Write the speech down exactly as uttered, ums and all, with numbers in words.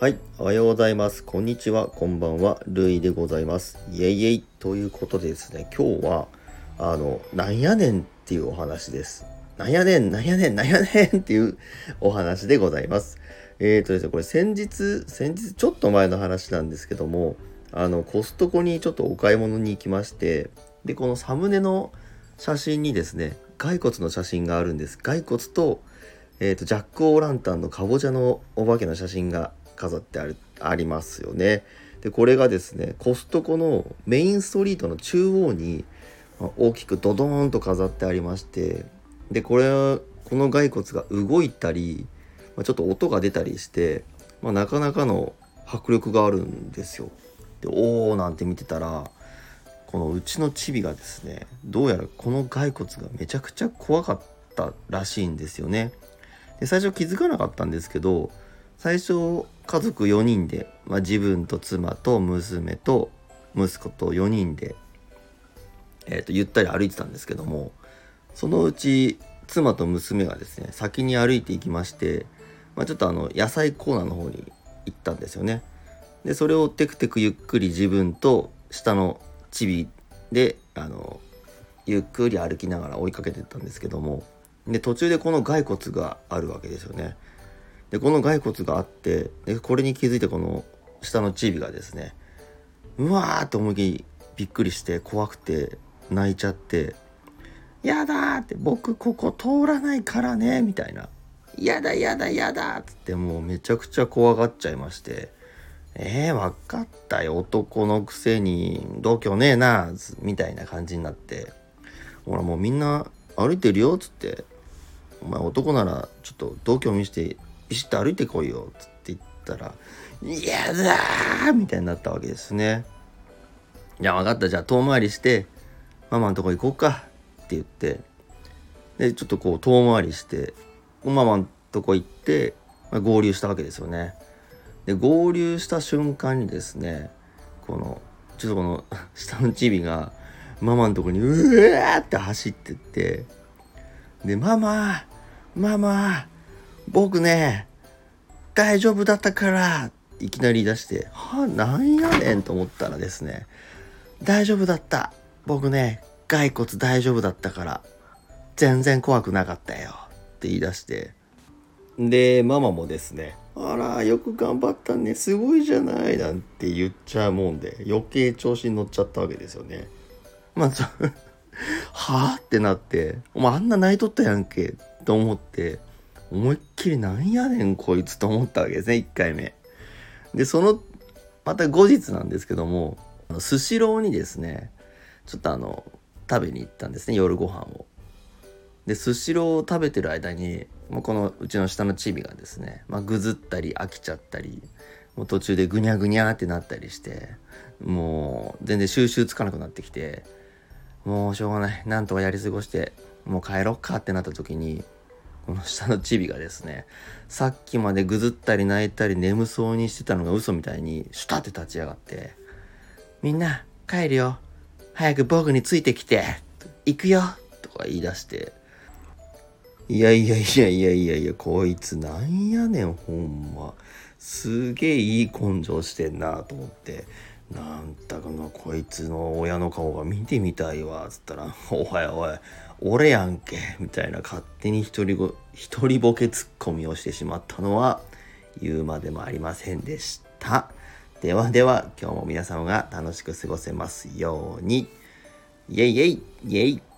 はい、おはようございます。こんにちは、こんばんは、ルイでございます。イエイイエイということでですね、今日は、あの、なんやねんっていうお話です。なんやねん、なんやねん、なんやねんっていうお話でございます。えーとですね、これ先日、先日ちょっと前の話なんですけども、あの、コストコにちょっとお買い物に行きまして、で、このサムネの写真にですね、骸骨の写真があるんです。骸骨と、えーと、ジャック・オー・ランタンのかぼちゃのお化けの写真が飾ってあるありますよね。でこれがですねコストコのメインストリートの中央に大きくドドーンと飾ってありまして、でこれはこの骸骨が動いたりちょっと音が出たりして、まあ、なかなかの迫力があるんですよ。でおーなんて見てたら、このうちのチビがですね、どうやらこの骸骨がめちゃくちゃ怖かったらしいんですよね。で最初気づかなかったんですけど、最初家族よにんで、まあ、自分と妻と娘と息子とよにんで、えー、とゆったり歩いてたんですけども、そのうち妻と娘がですね先に歩いていきまして、まあ、ちょっとあの野菜コーナーの方に行ったんですよね。でそれをテクテクゆっくり自分と下のチビであのゆっくり歩きながら追いかけてったんですけども、で途中でこの骸骨があるわけですよね。でこの骸骨があって、でこれに気づいてこの下のチビがですね、うわーって思いっきりびっくりして怖くて泣いちゃって、やだーって、僕ここ通らないからねみたいな、やだやだやだっつって、もうめちゃくちゃ怖がっちゃいまして、えー、分かったよ、男のくせに度胸ねえなみたいな感じになって、ほらもうみんな歩いてるよっつって、お前男ならちょっと度胸見してビシッと歩いてこいよっつって言ったら、いやだーみたいになったわけですね。じゃあ分かった、じゃあ遠回りしてママのとこ行こうかって言って、でちょっとこう遠回りしてママのとこ行って、まあ、合流したわけですよね。で合流した瞬間にですね、このちょっとこの下のチビがママのとこにうわーって走ってって、でママママ僕ね大丈夫だったからいきなり言い出して、はあなんやねんと思ったらですね、大丈夫だった、僕ね骸骨大丈夫だったから全然怖くなかったよって言い出して、でママもですね、あらよく頑張ったね、すごいじゃないなんて言っちゃうもんで、余計調子に乗っちゃったわけですよね。まあそはぁってなって、お前あんな泣いとったやんけと思って、思いっきりなんやねんこいつと思ったわけですね、いっかいめ。でそのまた後日なんですけども、スシローにですねちょっとあの食べに行ったんですね、夜ご飯を。でスシローを食べてる間に、もうこのうちの下のチビがですね、まあ、ぐずったり飽きちゃったり、もう途中でぐにゃぐにゃってなったりして、もう全然収集つかなくなってきて、もうしょうがない、なんとかやり過ごしてもう帰ろっかってなった時に、この下のチビがですね、さっきまでぐずったり泣いたり眠そうにしてたのが嘘みたいにシュタって立ち上がって、みんな帰るよ、早く僕についてきて、行くよとか言い出して、いやいやいやいやいやいや、こいつなんやねんほんま、すげえいい根性してんなと思って、なんだかなこいつの親の顔が見てみたいわつったら、おいおい俺やんけみたいな、勝手に一人ご一人ボケツッコミをしてしまったのは言うまでもありませんでした。ではでは今日も皆様が楽しく過ごせますように。イエイイエイイエイ。